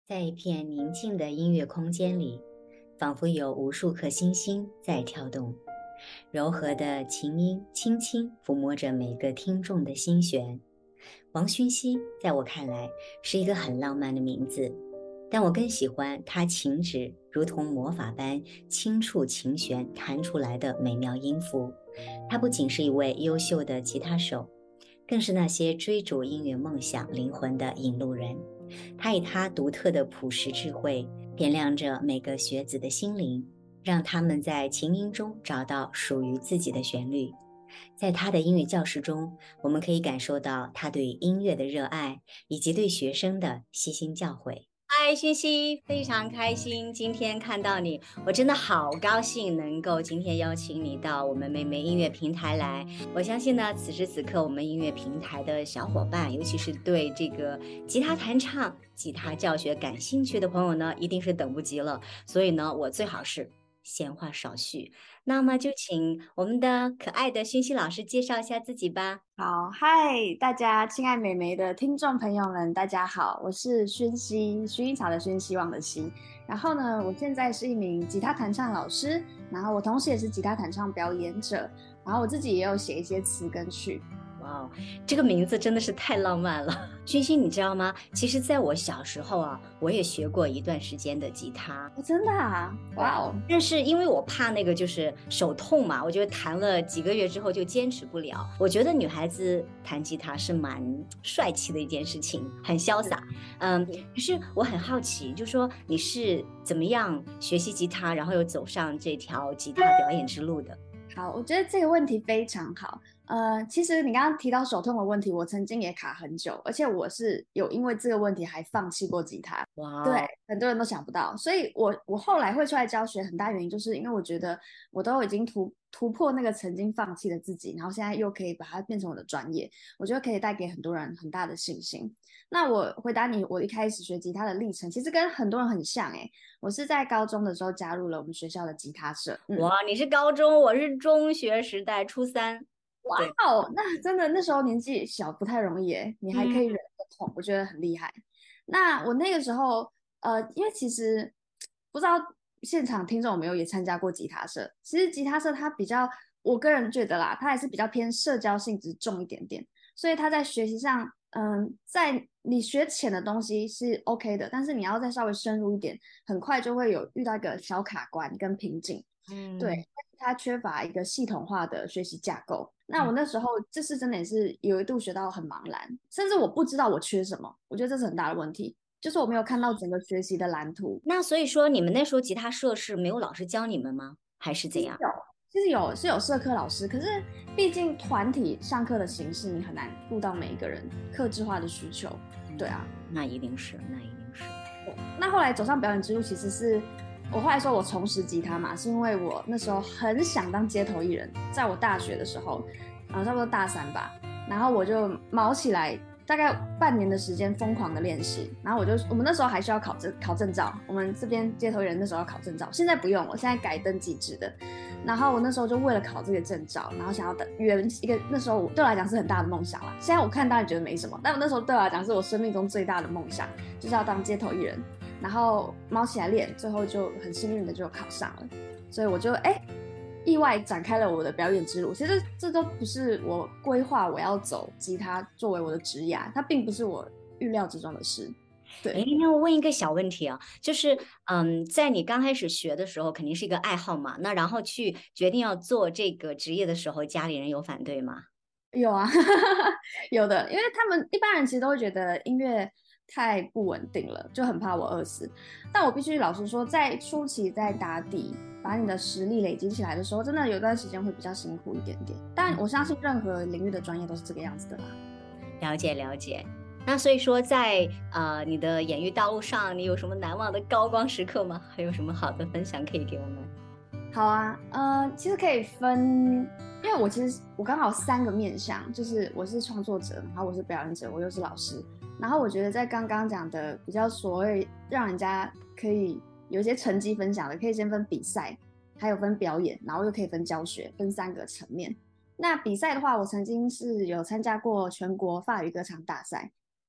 在一片宁静的音乐空间里，仿佛有无数颗星星在跳动，柔和的琴音轻轻抚摸着每个听众的心弦。王薰熙在我看来是一个很浪漫的名字，但我更喜欢他琴指如同魔法般轻触琴弦弹出来的美妙音符。他不仅是一位优秀的吉他手，更是那些追逐音乐梦想灵魂的引路人。他以他独特的朴实智慧点亮着每个学子的心灵，让他们在琴音中找到属于自己的旋律。在他的音乐教室中，我们可以感受到他对音乐的热爱，以及对学生的悉心教诲。嗨，薰熙，非常开心今天看到你，我真的好高兴能够今天邀请你到我们美美音乐平台来。我相信呢，此时此刻我们音乐平台的小伙伴，尤其是对这个吉他弹唱、吉他教学感兴趣的朋友呢，一定是等不及了。所以呢，我最好是闲话少叙，那么就请我们的可爱的薰熙老师介绍一下自己吧。 好，嗨，大家亲爱美眉的听众朋友们，大家好，我是薰熙，薰衣草的薰，希望的希。然后呢，我现在是一名吉他弹唱老师，然后我同时也是吉他弹唱表演者，然后我自己也有写一些词跟曲。 哇哦，这个名字真的是太浪漫了。薰熙，你知道吗？其实在我小时候啊，我也学过一段时间的吉他。 哦，真的啊，哇哦， 但是因为我怕那个就是手痛嘛，我觉得弹了几个月之后就坚持不了。我觉得女孩子弹吉他是蛮帅气的一件事情，很潇洒。可是我很好奇，就说你是怎么样学习吉他，然后又走上这条吉他表演之路的？ 好，我觉得这个问题非常好。其实你刚刚提到手痛的问题，我曾经也卡很久，而且我是有因为这个问题还放弃过吉他。对， 哇哦， 很多人都想不到，所以我后来会出来教学，很大原因就是因为我觉得我都已经突破那个曾经放弃的自己，然后现在又可以把它变成我的专业，我觉得可以带给很多人很大的信心。那我回答你，我一开始学吉他的历程，其实跟很多人很像诶，我是在高中的时候加入了我们学校的吉他社。 哇，你是高中，我是中学时代初三。 哇对， 哦，那真的那时候年纪小不太容易耶，你还可以忍嗯， 得痛，我觉得很厉害。那我那个时候，因为其实不知道现场听众有没有也参加过吉他社。其实吉他社它比较，我个人觉得啦，它还是比较偏社交性质重一点点，所以它在学习上，在你学浅的东西是 OK 的，但是你要再稍微深入一点，很快就会有遇到一个小卡关跟瓶颈。对， 嗯它缺乏一个系统化的学习架构。那嗯。 我那时候这是真的也是有一度学到很茫然，甚至我不知道我缺什么，我觉得这是很大的问题，就是我没有看到整个学习的蓝图。 那所以说，你们那时候吉他社是没有老师教你们吗？还是怎样？ 其实有，其实有是有社课老师，可是毕竟团体上课的形式，你很难顾到每一个人客制化的需求。对啊， 那一定是，那一定是。 那后来走上表演之路，其实是我后来说我重拾吉他嘛，是因为我那时候很想当街头艺人，在我大学的时候，差不多大三吧，然后我就毛起来，大概半年的时间疯狂的练习，然后我们那时候还需要考证照，我们这边街头艺人那时候要考证照，现在不用，我现在改登记制的。然后我那时候就为了考这个证照，然后想要圆一个那时候对我来讲是很大的梦想啦。现在我看当然觉得没什么，但我那时候对我来讲是我生命中最大的梦想，就是要当街头艺人。然后猫起来练，最后就很幸运的就考上了，所以我就意外展开了我的表演之路。其实这都不是我规划我要走吉他作为我的职业，它并不是我预料之中的事。 哎， 对， 那我问一个小问题啊，就是，在你刚开始学的时候，肯定是一个爱好嘛，那然后去决定要做这个职业的时候，家里人有反对吗？ 有啊，有的，因为他们一般人其实都会觉得音乐太不稳定了，就很怕我饿死。但我必须老实说，在初期在打底，把你的实力累积起来的时候，真的有段时间会比较辛苦一点点。但我相信任何领域的专业都是这个样子的啦。 了解了解。那所以说在，你的演艺道路上，你有什么难忘的高光时刻吗？还有什么好的分享可以给我们？ 好啊，其实可以分，因为我刚好三个面向，就是我是创作者，然后我是表演者，我又是老师。然后我觉得在刚刚讲的比较所谓让人家可以有一些成绩分享的，可以先分比赛，还有分表演，然后又可以分教学，分三个层面。那比赛的话，我曾经是有参加过全国法语歌唱大赛，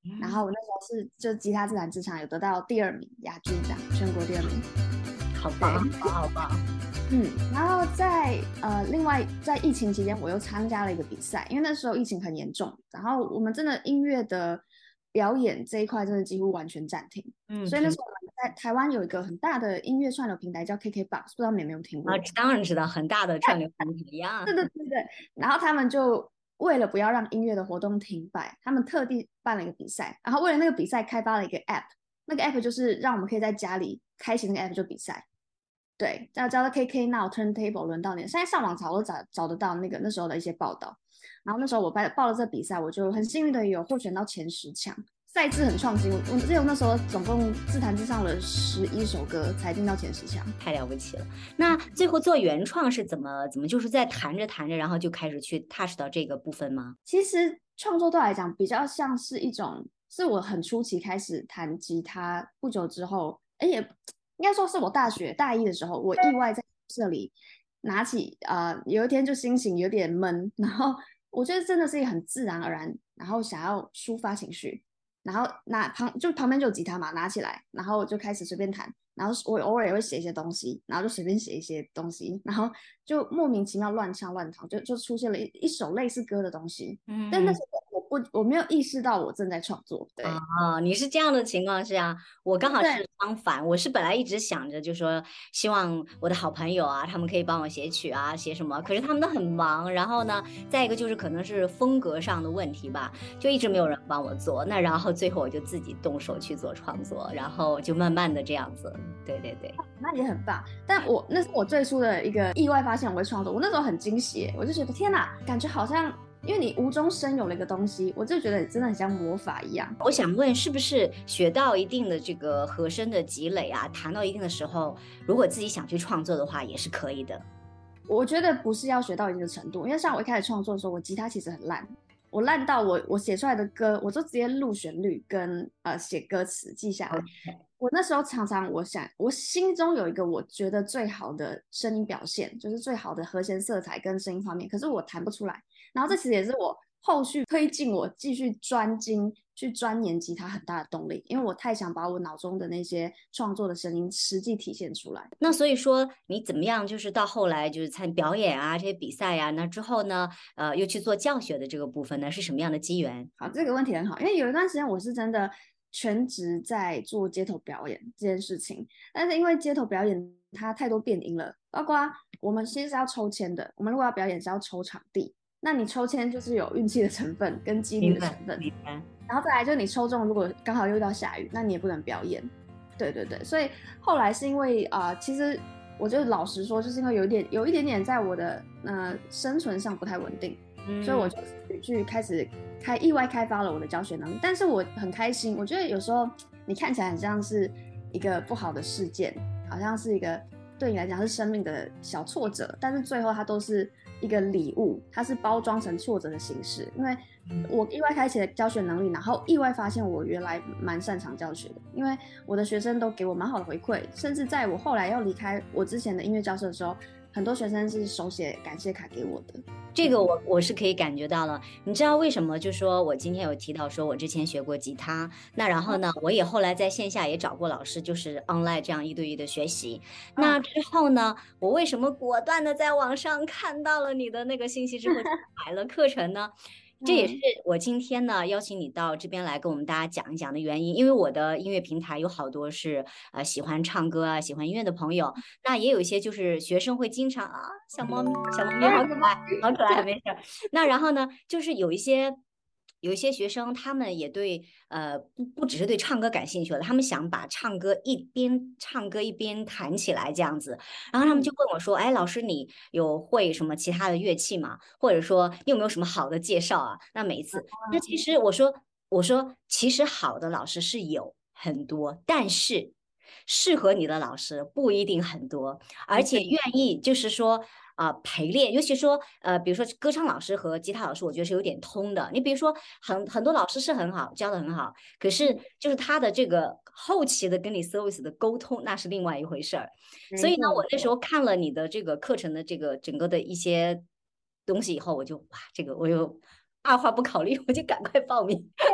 然后我那时候是就吉他自弹自唱有得到第2名亚军，这样全国第2名。 好棒，好棒，好棒。 然后另外在疫情期间，我又参加了一个比赛，因为那时候疫情很严重，然后我们真的音乐的表演这一块真的几乎完全暂停。所以那时候我们在台湾有一个很大的音乐串流平台叫 KKBOX， 不知道你有没有听过？ 当然知道，很大的串流平台呀。 对对对对。然后他们就为了不要让音乐的活动停摆，他们特地办了一个比赛，然后为了那个比赛开发了一个 App， 那个 App 就是让我们可以在家里开启那个 App 就比赛。对，叫做 KK Now Turntable 轮到你，现在上网都找得到那时候的一些报道。然后那时候我报了这比赛，我就很幸运的有获选到前10强。赛制很创新，我记得我那时候总共自弹自唱了11首歌才进到前10强， 太了不起了。那最后做原创是怎么就是在弹着弹着，然后就开始去 touch 到这个部分吗？ 其实创作对我来讲比较像是一种，是我很初期开始弹吉他不久之后，也应该说是我大学大一的时候，我意外在这里拿起有一天就心情有点闷，然后我觉得真的是一个很自然而然，然后想要抒发情绪，然后旁边就有吉他嘛，拿起来，然后就开始随便弹，然后我偶尔也会写一些东西，然后就随便写一些东西，然后就莫名其妙乱唱乱弹，就出现了一首类似歌的东西。但那时候我没有意识到我正在创作。对你是这样的情况下，我刚好是对相反，我是本来一直想着就说希望我的好朋友啊，他们可以帮我写曲啊，写什么，可是他们都很忙，然后呢，再一个就是可能是风格上的问题吧，就一直没有人帮我做，那然后最后我就自己动手去做创作，然后就慢慢的这样子。对对对， 那也很棒。但那是我最初的一个意外发现我会创作，我那时候很惊喜，我就觉得天哪，感觉好像因为你无中生有了一个东西，我就觉得真的很像魔法一样。 我想问，是不是学到一定的这个和声的积累啊，弹到一定的时候，如果自己想去创作的话，也是可以的？ 我觉得不是要学到一定的程度，因为像我一开始创作的时候，我吉他其实很烂，我烂到我写出来的歌，我就直接录旋律跟写歌词记下来。 Okay. 我那时候常常我心中有一个我觉得最好的声音表现，就是最好的和弦色彩跟声音方面，可是我弹不出来。然后这其实也是我后续推进我继续专精去钻研吉他很大的动力，因为我太想把我脑中的那些创作的声音实际体现出来。 那所以说你怎么样，就是到后来就是参表演啊这些比赛呀、那之后呢，又去做教学的这个部分呢，是什么样的机缘？ 好，这个问题很好，因为有一段时间我是真的全职在做街头表演这件事情，但是因为街头表演它太多变音了，包括我们其实是要抽签的，我们如果要表演是要抽场地，那你抽签就是有运气的成分跟几率的成分，然后再来就是你抽中，如果刚好又遇到下雨，那你也不能表演。对对对，所以后来是因为其实我就老实说，就是因为有一点点在我的生存上不太稳定，所以我就去开始意外开发了我的教学能力。但是我很开心，我觉得有时候你看起来很像是一个不好的事件，好像是一个对你来讲是生命的小挫折，但是最后它都是一个礼物，它是包装成挫折的形式。因为我意外开启了教学能力，然后意外发现我原来蛮擅长教学的，因为我的学生都给我蛮好的回馈，甚至在我后来要离开我之前的音乐教室的时候，很多学生是手写感谢卡给我的。 这个我是可以感觉到了。你知道为什么？就说我今天有提到说我之前学过吉他，那然后呢，我也后来在线下也找过老师，就是 online 这样1对1的学习。那之后呢，我为什么果断的在网上看到了你的那个信息之后买了课程呢？这也是我今天呢邀请你到这边来跟我们大家讲一讲的原因，因为我的音乐平台有好多是喜欢唱歌啊、喜欢音乐的朋友，那也有一些就是学生会经常小猫咪好可爱，好可爱，没事。那然后呢，就是有一些学生，他们也对不只是对唱歌感兴趣了，他们想把唱歌一边唱歌一边弹起来这样子，然后他们就问我说：“哎，老师，你有会什么其他的乐器吗？或者说你有没有什么好的介绍啊？”那每一次，那其实我说，其实好的老师是有很多，但是适合你的老师不一定很多，而且愿意就是说陪练，尤其说比如说歌唱老师和吉他老师，我觉得是有点通的。你比如说很多老师是很好，教的很好，可是就是他的这个后期的跟你 service 的沟通，那是另外一回事儿。所以呢，我那时候看了你的这个课程的这个整个的一些东西以后，我就这个我又二话不考虑，我就赶快报名。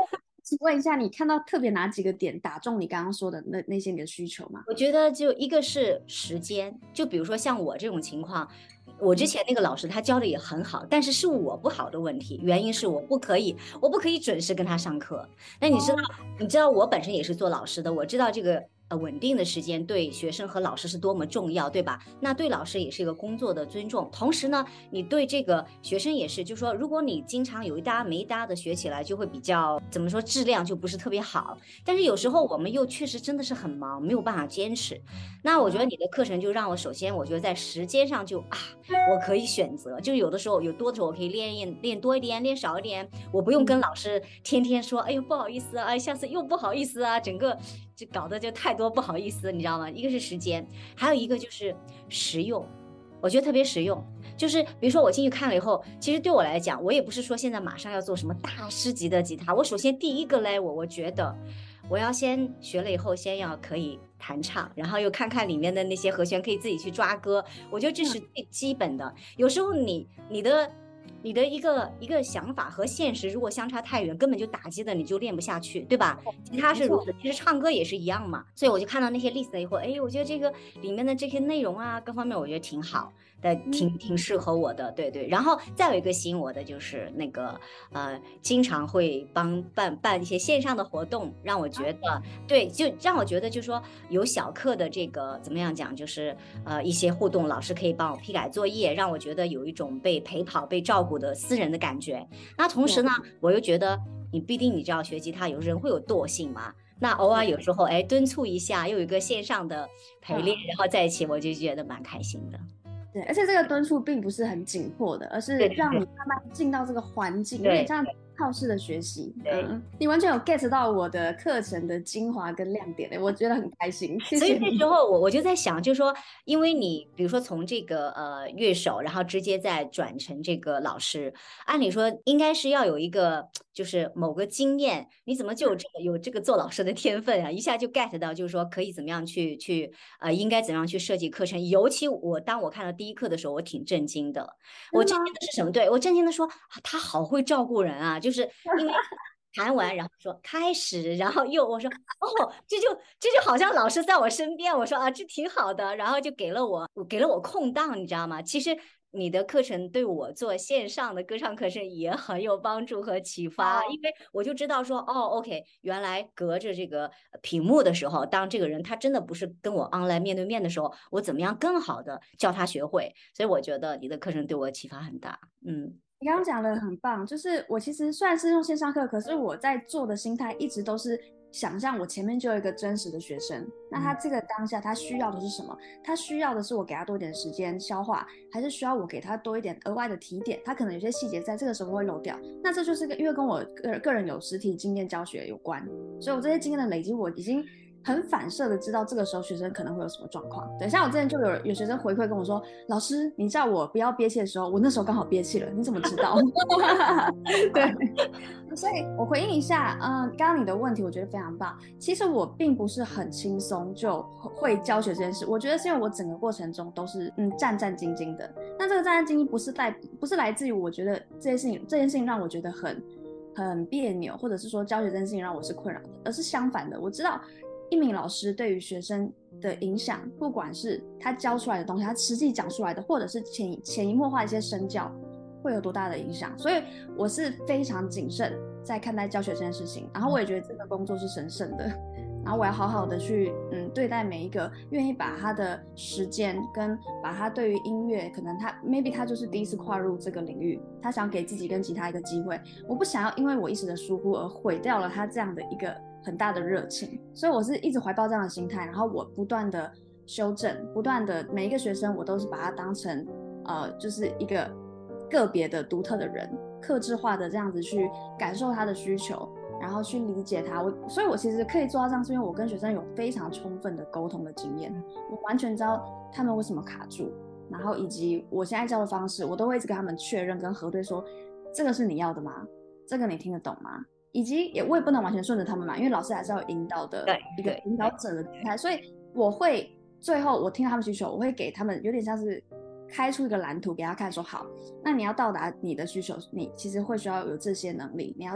请问一下，你看到特别哪几个点打中你刚刚说的那些你的需求吗？ 我觉得就一个是时间，就比如说像我这种情况，我之前那个老师他教的也很好，但是我不好的问题，原因是我不可以准时跟他上课。那你知道我本身也是做老师的，我知道这个稳定的时间对学生和老师是多么重要，对吧？那对老师也是一个工作的尊重，同时呢，你对这个学生也是，就是说，如果你经常有一搭没一搭的学起来，就会比较怎么说，质量就不是特别好。但是有时候我们又确实真的是很忙，没有办法坚持。那我觉得你的课程就让我首先，我觉得在时间上我可以选择，就有的时候有多的时候我可以练多一点，练少一点，我不用跟老师天天说，哎呦不好意思啊，下次又不好意思啊，整个就搞得就太多不好意思，你知道吗？一个是时间，还有一个就是实用。我觉得特别实用，就是比如说我进去看了以后，其实对我来讲，我也不是说现在马上要做什么大师级的吉他，我首先第一个 level，我觉得我要先学了以后，先要可以弹唱，然后又看看里面的那些和弦，可以自己去抓歌，我觉得这是最基本的。有时候你的一个想法和现实如果相差太远，根本就打击的你就练不下去，对吧？吉他是如此，其实唱歌也是一样嘛。所以我就看到那些 list 以后，哎，我觉得这个里面的这些内容啊，各方面我觉得挺好的，挺适合我的，对对。然后再有一个吸引我的就是那个经常会办一些线上的活动，让我觉得对，就让我觉得就是说有小课的这个怎么样讲，就是一些互动，老师可以帮我批改作业，让我觉得有一种被陪跑、被照顾的私人的感觉。那同时呢，我又觉得你必定你知道学吉他有人会有惰性嘛，那偶尔有时候敦促一下，又有一个线上的陪练，然后在一起，我就觉得蛮开心的。 对，而且这个敦促并不是很紧迫的，而是让你慢慢进到这个环境，有点像靠式的学习。你完全有 get 到我的课程的精华跟亮点，我觉得很开心。谢谢。 所以那时候我就在想，就是说，因为你比如说从这个乐手，然后直接再转成这个老师，按理说应该是要有一个就是某个经验，你怎么就有这个做老师的天分啊？一下就 get 到，就是说可以怎么样去应该怎么样去设计课程。尤其当我看到第一课的时候，我挺震惊的。我震惊的是什么？对，我震惊的说，他好会照顾人啊，就是因为弹完，然后说开始，然后我说哦，这就好像老师在我身边，我说啊，这挺好的，然后就给了我空档，你知道吗？其实你的课程对我做线上的歌唱课程也很有帮助和启发，因为我就知道说哦，OK，原来隔着这个屏幕的时候，当这个人他真的不是跟我 online 面对面的时候，我怎么样更好的教他学会？所以我觉得你的课程对我启发很大， 你刚刚讲的很棒，就是我其实虽然是用线上课，可是我在做的心态一直都是想象我前面就有一个真实的学生，那他这个当下他需要的是什么？他需要的是我给他多一点时间消化，还是需要我给他多一点额外的提点？他可能有些细节在这个时候会漏掉，那这就是因为跟我个人有实体经验教学有关，所以我这些经验的累积，我已经很反射的知道这个时候学生可能会有什么状况。对，像我之前就有学生回馈跟我说，老师，你叫我不要憋气的时候，我那时候刚好憋气了，你怎么知道？对，所以我回应一下，刚刚你的问题我觉得非常棒。其实我并不是很轻松就会教学这件事，我觉得是因为我整个过程中都是战战兢兢的。那这个战战兢兢不是来自于我觉得这件事情让我觉得很别扭，或者是说教学这件事情让我是困扰的，而是相反的，我知道一名老师对于学生的影响，不管是他教出来的东西，他实际讲出来的，或者是潜移默化一些身教，会有多大的影响。所以我是非常谨慎在看待教学这件事情，然后我也觉得这个工作是神圣的，然后我要好好的去对待每一个愿意把他的时间跟把他对于音乐，可能maybe 他就是第一次跨入这个领域，他想给自己跟其他一个机会，我不想要因为我一时的疏忽而毁掉了他这样的一个很大的热情，所以我是一直怀抱这样的心态，然后我不断的修正，不断的每一个学生我都是把他当成就是一个个别的独特的人，客制化的这样子去感受他的需求，然后去理解他。所以我其实可以做到这样，是因为我跟学生有非常充分的沟通的经验，我完全知道他们为什么卡住，然后以及我现在教的方式，我都会一直跟他们确认跟核对说，这个是你要的吗？这个你听得懂吗？以及我也不能完全顺着他们嘛，因为老师还是要有引导的一个引导者的姿态，所以我会最后我听到他们需求，我会给他们有点像是开出一个蓝图给他看，说好，那你要到达你的需求，你其实会需要有这些能力，你要这样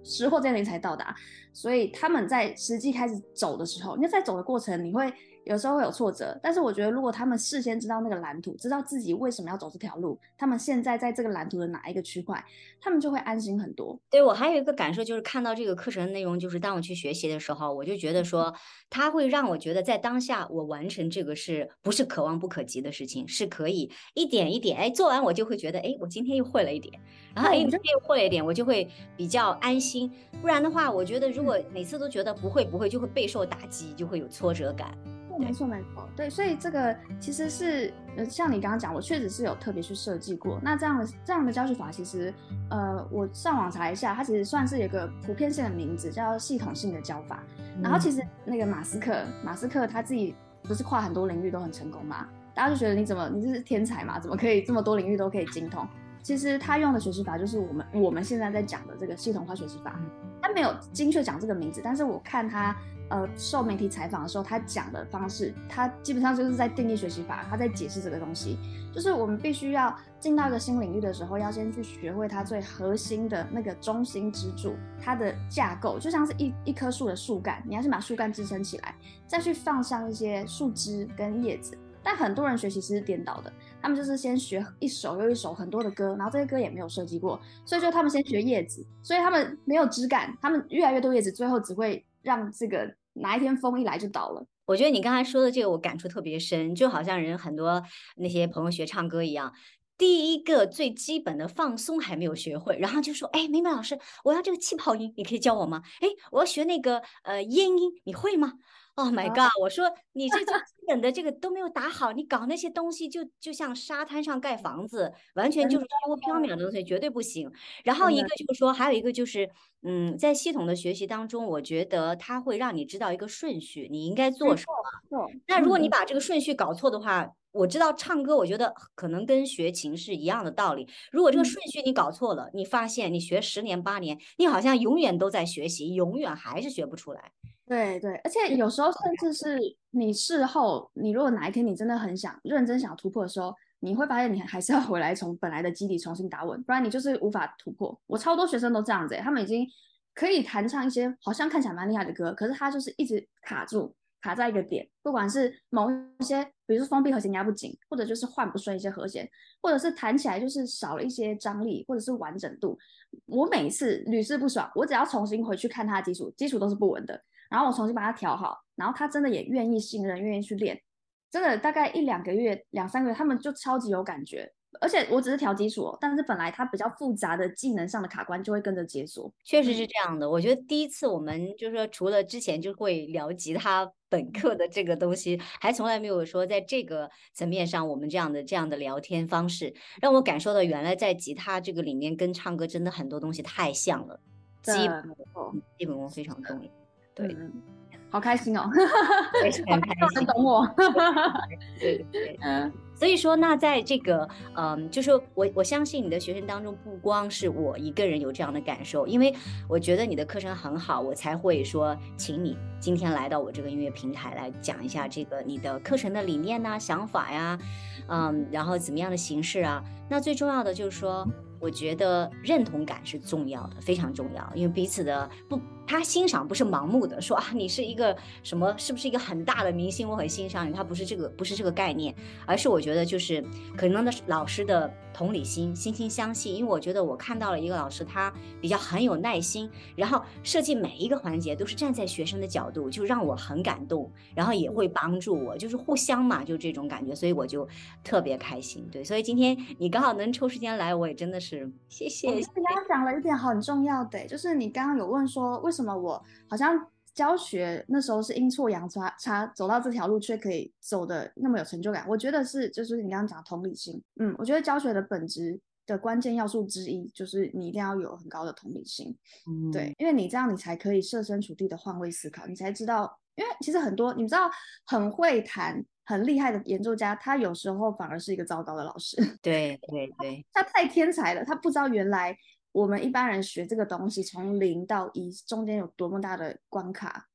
识货这件事情才到达。所以他们在实际开始走的时候，你在走的过程，你会有时候会有挫折，但是我觉得如果他们事先知道那个蓝图，知道自己为什么要走这条路，他们现在在这个蓝图的哪一个区块，他们就会安心很多。 对，我还有一个感受，就是看到这个课程内容，就是当我去学习的时候，我就觉得说，它会让我觉得在当下我完成这个是不是可望不可及的事情，是可以一点一点，哎，做完我就会觉得，哎，我今天又会了一点，然后哎，明天又会了一点，我就会比较安心。不然的话，我觉得如果每次都觉得不会不会，就会备受打击，就会有挫折感。 没错没错，对，所以这个其实是像你刚刚讲，我确实是有特别去设计过。那这样的教学法，其实我上网查一下，它其实算是有个普遍性的名字，叫系统性的教法。然后其实那个马斯克他自己不是跨很多领域都很成功嘛，大家就觉得你是天才嘛，怎么可以这么多领域都可以精通？其实他用的学习法就是我们现在在讲的这个系统化学习法。他没有精确讲这个名字，但是我看他受媒体采访的时候，他讲的方式，他基本上就是在定义学习法，他在解释这个东西。就是我们必须要进到一个新领域的时候，要先去学会它最核心的那个中心支柱，它的架构，就像是一棵树的树干，你要先把树干支撑起来，再去放上一些树枝跟叶子。但很多人学习是颠倒的，他们就是先学一首又一首很多的歌，然后这些歌也没有设计过，所以就他们先学叶子，所以他们没有枝干，他们越来越多叶子，最后只会让这个哪一天风一来就倒了。 我觉得你刚才说的这个我感触特别深，就好像人很多那些朋友学唱歌一样，第一个最基本的放松还没有学会，然后就说：“哎，美美老师，我要这个气泡音，你可以教我吗？哎，我要学那个咽音，你会吗？”Oh my god！我说你这最基本的这个都没有打好，你搞那些东西就像沙滩上盖房子，完全就是虚无缥缈的东西，绝对不行。然后一个就是说，还有一个就是，在系统的学习当中，我觉得它会让你知道一个顺序，你应该做什么。那如果你把这个顺序搞错的话，我知道唱歌，我觉得可能跟学琴是一样的道理。如果这个顺序你搞错了，你发现你学10年8年，你好像永远都在学习，永远还是学不出来。 对对，而且有时候甚至是你事后，你如果哪一天你真的很认真想突破的时候，你会发现你还是要回来从本来的基底重新打稳，不然你就是无法突破。我超多学生都这样子，他们已经可以弹唱一些好像看起来蛮厉害的歌，可是他就是一直卡住，卡在一个点，不管是某一些，比如说封闭和弦压不紧，或者就是换不顺一些和弦，或者是弹起来就是少了一些张力，或者是完整度。我每次屡试不爽，我只要重新回去看他的基础都是不稳的。然后我重新把它调好，然后他真的也愿意信任，愿意去练，真的大概1-2个月、2-3个月，他们就超级有感觉。而且我只是调基础哦，但是本来它比较复杂的技能上的卡关就会跟着解锁。 确实是这样的，我觉得第一次我们就是说，除了之前就会聊吉他本课的这个东西，还从来没有说在这个层面上，我们这样的聊天方式，让我感受到原来在吉他这个里面跟唱歌真的很多东西太像了，基本功非常重要。对， 好开心哦， 也是很开心， 懂我。 对，所以说，那在这个，就是我相信你的学生当中，不光是我一个人有这样的感受，因为我觉得你的课程很好，我才会说，请你今天来到我这个音乐平台来讲一下这个你的课程的理念呐、想法呀，然后怎么样的形式啊。那最重要的就是说，我觉得认同感是重要的，非常重要，因为彼此的他欣赏不是盲目的说啊，你是一个什么，是不是一个很大的明星，我很欣赏你，他不是这个概念，而是我觉得就是可能的老师的同理心，惺惺相惜。因为我觉得我看到了一个老师，他比较很有耐心，然后设计每一个环节都是站在学生的角度，就让我很感动，然后也会帮助我，就是互相嘛，就这种感觉，所以我就特别开心。对，所以今天你刚好能抽时间来，我也真的是谢谢。 你刚刚讲了一点很重要的，就是你刚刚有问说为什么我好像教学那时候是阴错阳差走到这条路，却可以走的那么有成就感。我觉得就是你刚刚讲的同理心。我觉得教学的本质的关键要素之一就是你一定要有很高的同理心。对，因为你这样你才可以设身处地的换位思考，你才知道，因为其实很多你知道很会弹很厉害的演奏家，他有时候反而是一个糟糕的老师。 对， 他太天才了，他不知道原来我们一般人学这个东西从0到1中间有多么大的关卡。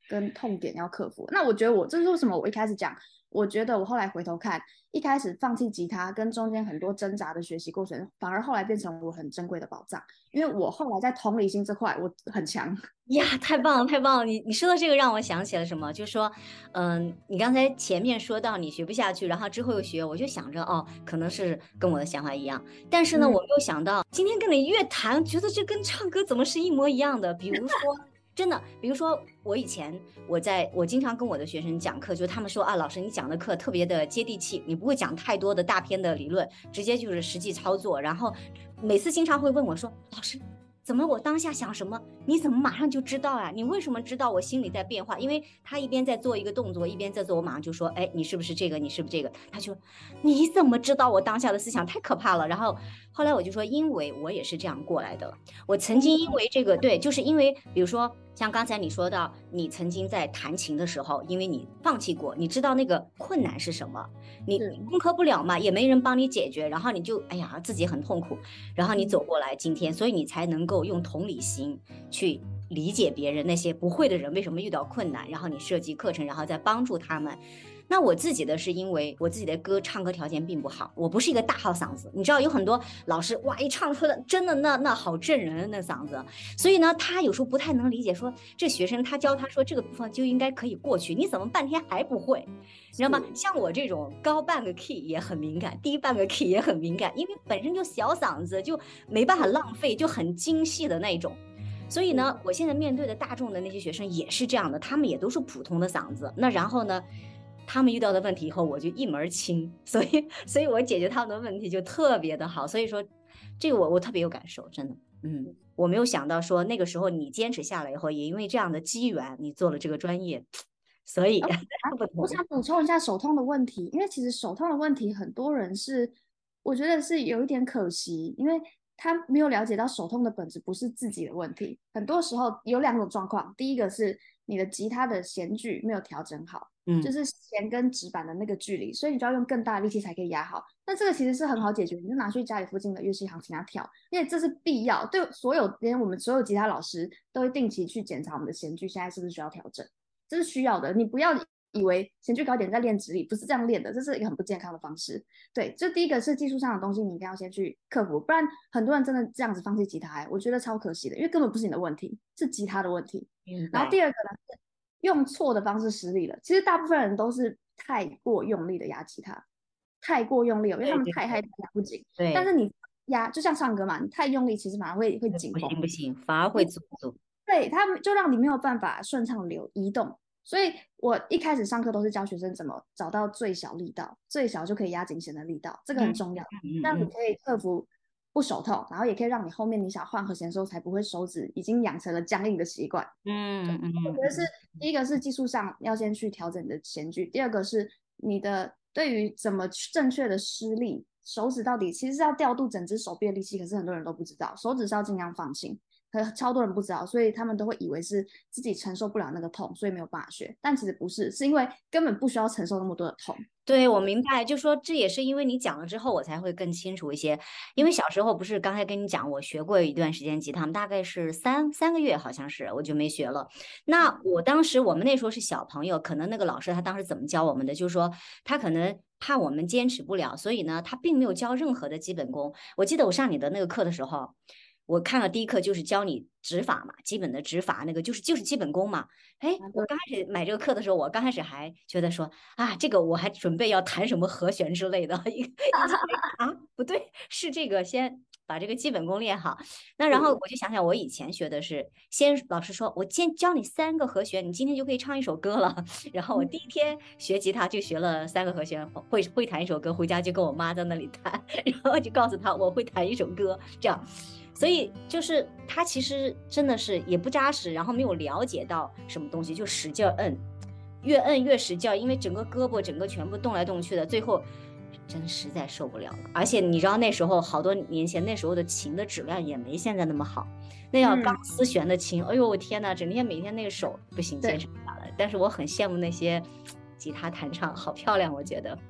跟痛点要克服。那我觉得这是为什么我一开始讲，我觉得我后来回头看，一开始放弃吉他跟中间很多挣扎的学习过程，反而后来变成我很珍贵的宝藏，因为我后来在同理心这块我很强。 呀，太棒了，太棒了！你说的这个让我想起了什么？就是说，你刚才前面说到你学不下去，然后之后又学，我就想着哦，可能是跟我的想法一样。但是呢，我没有想到今天跟你越谈，觉得这跟唱歌怎么是一模一样的？比如说，真的，比如说我以前我经常跟我的学生讲课，就他们说啊，老师你讲的课特别的接地气，你不会讲太多的大篇的理论，直接就是实际操作。然后每次经常会问我说，老师。怎么我当下想什么，你怎么马上就知道啊？你为什么知道我心里在变化？因为他一边在做一个动作，一边在做，我马上就说，哎，你是不是这个？你是不是这个？他就，你怎么知道我当下的思想？太可怕了。然后后来我就说，因为我也是这样过来的。我曾经因为这个，对，就是因为比如说像刚才你说到，你曾经在弹琴的时候，因为你放弃过，你知道那个困难是什么，你攻克不了嘛，也没人帮你解决，然后你就哎呀自己很痛苦，然后你走过来今天，所以你才能够用同理心去理解别人，那些不会的人为什么遇到困难，然后你设计课程，然后再帮助他们。那我自己的是因为我自己的唱歌条件并不好，我不是一个大号嗓子，你知道有很多老师哇一唱出来真的那好震人那嗓子，所以呢他有时候不太能理解，说这学生他教他说这个部分就应该可以过去，你怎么半天还不会，你知道吗？像我这种高半个 key 也很敏感，低半个 key 也很敏感，因为本身就小嗓子，就没办法浪费，就很精细的那种。所以呢，我现在面对的大众的那些学生也是这样的，他们也都是普通的嗓子。那然后呢，他们遇到的问题以后，我就一门清，所以我解决他们的问题就特别的好。所以说，这个我特别有感受，真的，我没有想到说那个时候你坚持下来以后，也因为这样的机缘，你做了这个专业，所以我想补充一下手痛的问题，因为其实手痛的问题，很多人是我觉得是有一点可惜，因为他没有了解到手痛的本质不是自己的问题。很多时候有两种状况，第一个是你的吉他的弦距没有调整好，就是弦跟指板的那个距离，所以你就要用更大的力气才可以压好。那这个其实是很好解决，你就拿去家里附近的乐器行请他调，因为这是必要，对连我们所有吉他老师都会定期去检查我们的弦距现在是不是需要调整。这是需要的，你不要以为弦距高一点在练指力，不是这样练的，这是一个很不健康的方式。对，这第一个是技术上的东西，你一定要先去克服，不然很多人真的这样子放弃吉他，我觉得超可惜的，因为根本不是你的问题，是吉他的问题。然后第二个呢，是用错的方式施力了。其实大部分人都是太过用力的压吉他，太过用力了，因为他们太压不紧。对，但是你压就像唱歌嘛，你太用力，其实反而会紧绷， 不行，反而会阻。 对，它就让你没有办法顺畅移动。所以我一开始上课都是教学生怎么找到最小力道，最小就可以压紧弦的力道，这个很重要，让你可以克服不手痛，然后也可以让你后面你想换和弦的时候才不会手指已经养成了僵硬的习惯。我觉得是第一个是技术上要先去调整你的弦距，第二个是你的对于怎么正确的施力，手指到底其实是要调度整只手臂的力气，可是很多人都不知道，手指是要尽量放轻。可超多人不知道，所以他们都会以为是自己承受不了那个痛，所以没有办法学。但其实不是，是因为根本不需要承受那么多的痛。 对，我明白，就说这也是因为你讲了之后，我才会更清楚一些。因为小时候不是刚才跟你讲，我学过一段时间吉他，大概是三个月，好像是我就没学了。那我当时我们那时候是小朋友，可能那个老师他当时怎么教我们的，就是说他可能怕我们坚持不了，所以呢，他并没有教任何的基本功。我记得我上你的那个课的时候。我看了第一课就是教你指法嘛，基本的指法那个就是基本功嘛。哎，我刚开始买这个课的时候，我刚开始还觉得说啊，这个我还准备要弹什么和弦之类的，啊不对，是这个先把这个基本功练好。那然后我就想想，我以前学的是先老师说我先教你3个和弦，你今天就可以唱一首歌了。然后我第一天学吉他就学了3个和弦，会弹一首歌，回家就跟我妈在那里弹，然后就告诉她我会弹一首歌，这样。所以就是他其实真的是也不扎实，然后没有了解到什么东西，就使劲摁，越摁越使劲，因为整个胳膊整个全部动来动去的，最后真实在受不了了。而且你知道那时候好多年前那时候的琴的质量也没现在那么好，那要钢丝弦的琴，哎呦我天哪，整天每天那个手不行，坚持不下来。但是我很羡慕那些吉他弹唱好漂亮，我觉得。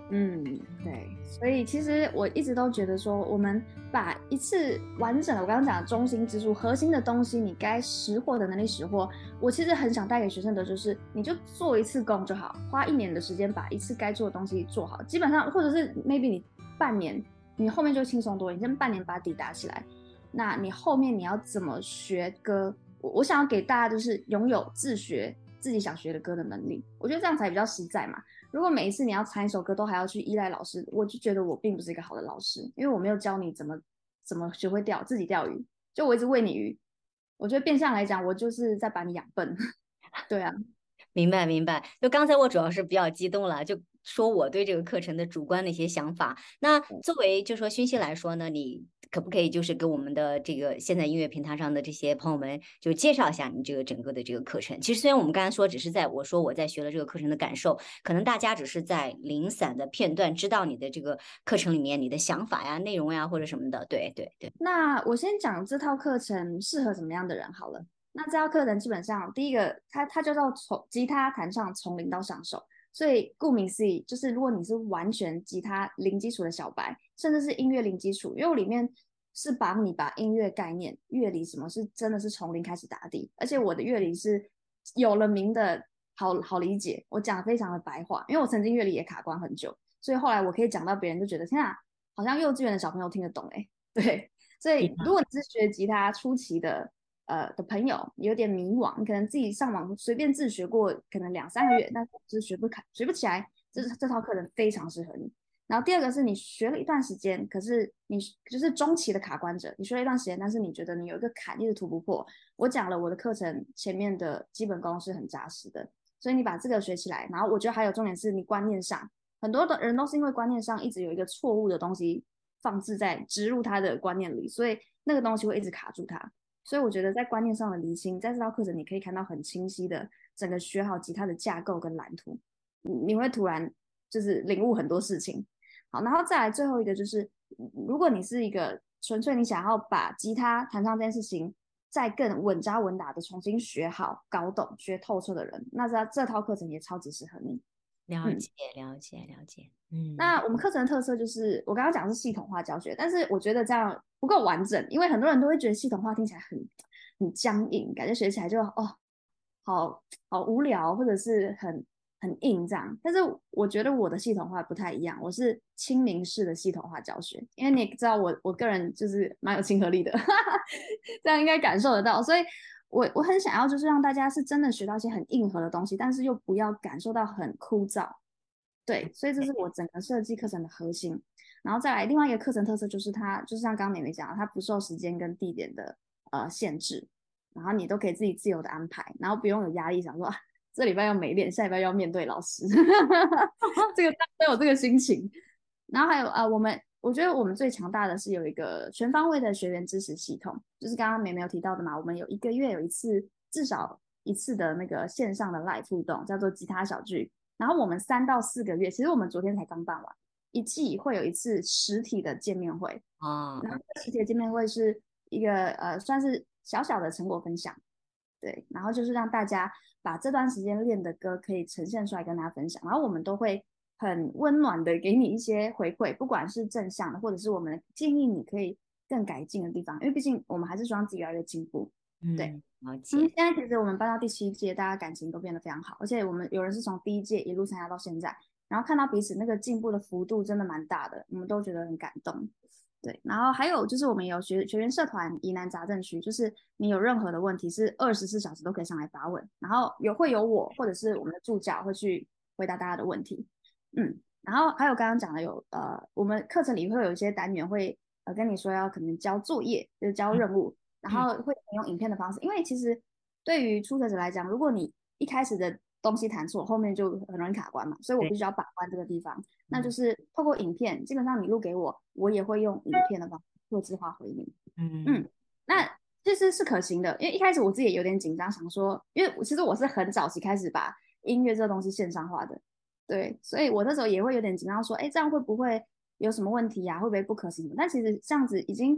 对，所以其实我一直都觉得说，我们把一次完整的，我刚刚讲的中心支柱、核心的东西，你该识货的能力识货。我其实很想带给学生的就是，你就做一次工就好，花1年的时间把一次该做的东西做好，基本上或者是 maybe 你半年，你后面就轻松多了，你先半年把底打起来，那你后面你要怎么学歌？我想要给大家就是拥有自学自己想学的歌的能力，我觉得这样才比较实在嘛。如果每一次你要弹一首歌都还要去依赖老师，我就觉得我并不是一个好的老师，因为我没有教你怎么学会自己钓鱼，就我一直喂你鱼，我觉得变相来讲，我就是在把你养笨。对啊。 明白明白，就刚才我主要是比较激动了，就说我对这个课程的主观的一些想法。那作为就说熏熙来说呢，你可不可以就是给我们的这个现在音乐平台上的这些朋友们，就介绍一下你这个整个的这个课程？其实虽然我们刚才说只是我说我在学了这个课程的感受，可能大家只是在零散的片段知道你的这个课程里面你的想法呀、内容呀或者什么的。对对对， 那我先讲这套课程适合什么样的人好了。那这套课程基本上第一个，它就叫从吉他弹唱从零到上手，所以顾名思义，就是如果你是完全吉他零基础的小白，甚至是音乐零基础，因为我里面是帮你把音乐概念、乐理什么是真的是从零开始打底，而且我的乐理是有了名的，好理解，我讲的非常的白话，因为我曾经乐理也卡关很久，所以后来我可以讲到别人就觉得天啊，好像幼稚园的小朋友听得懂哎，对。所以，如果你是学吉他初期的朋友，有点迷惘，你可能自己上网随便自学过，可能2、3个月，但是就是学不起来，这套课程非常适合你。然后第二个是你学了一段时间，可是你就是中期的卡关者，你学了一段时间，但是你觉得你有一个坎一直突不破。我讲了我的课程前面的基本功是很扎实的，所以你把这个学起来，然后我觉得还有重点是你观念上，很多的人都是因为观念上一直有一个错误的东西放置在植入他的观念里，所以那个东西会一直卡住他。所以我觉得在观念上的厘清，在这套课程你可以看到很清晰的整个学好吉他的架构跟蓝图，你会突然就是领悟很多事情。好，然后再来最后一个就是，如果你是一个纯粹你想要把吉他弹唱这件事情再更稳扎稳打的重新学好、搞懂、学透彻的人，那这套课程也超级适合你。 了解了解了解， 那我们课程的特色就是，我刚刚讲的是系统化教学，但是我觉得这样不够完整，因为很多人都会觉得系统化听起来很僵硬，感觉学起来就好无聊，或者是很硬这样。但是我觉得我的系统化不太一样，我是亲民式的系统化教学，因为你也知道我个人就是蛮有亲和力的，这样应该感受得到，所以我很想要就是让大家是真的学到一些很硬核的东西，但是又不要感受到很枯燥。对，所以这是我整个设计课程的核心。然后再来另外一个课程特色就是它，就是像刚刚美美讲的，它不受时间跟地点的限制，然后你都可以自己自由的安排，然后不用有压力，想说啊这礼拜要没练，下礼拜要面对老师，这个都有这个心情。然后还有我觉得我们最强大的是有一个全方位的学员支持系统，就是刚刚美美有提到的嘛，我们有1个月有一次至少一次的那个线上的 live 互动，叫做吉他小聚。然后我们3到4个月，其实我们昨天才刚办完，一季会有一次实体的见面会。 啊， 然后实体的见面会是一个算是小小的成果分享，对，然后就是让大家把这段时间练的歌可以呈现出来跟大家分享，然后我们都会很温暖的给你一些回馈，不管是正向的，或者是我们建议你可以更改进的地方，因为毕竟我们还是希望自己越来越进步，对。 了解， 现在其实我们办到第7届，大家感情都变得非常好，而且我们有人是从第1届一路参加到现在，然后看到彼此那个进步的幅度真的蛮大的，我们都觉得很感动。对，然后还有就是我们有学员社团疑难杂症区，就是你有任何的问题是24小时都可以上来发问，然后会有我或者是我们的助教会去回答大家的问题。然后还有刚刚讲的我们课程里会有一些单元会跟你说要可能交作业，就是交任务，然后会用影片的方式，因为其实对于初学者来讲，如果你一开始的东西弹错，后面就很容易卡关嘛，所以我必须要把关这个地方。那就是透过影片，基本上你录给我，我也会用影片的方式做字化回你。那其实是可行的，因为一开始我自己也有点紧张，想说，因为其实我是很早期开始把音乐这个东西线上化的，对，所以我那时候也会有点紧张，说，哎，这样会不会有什么问题呀、会不会不可行？但其实这样子已经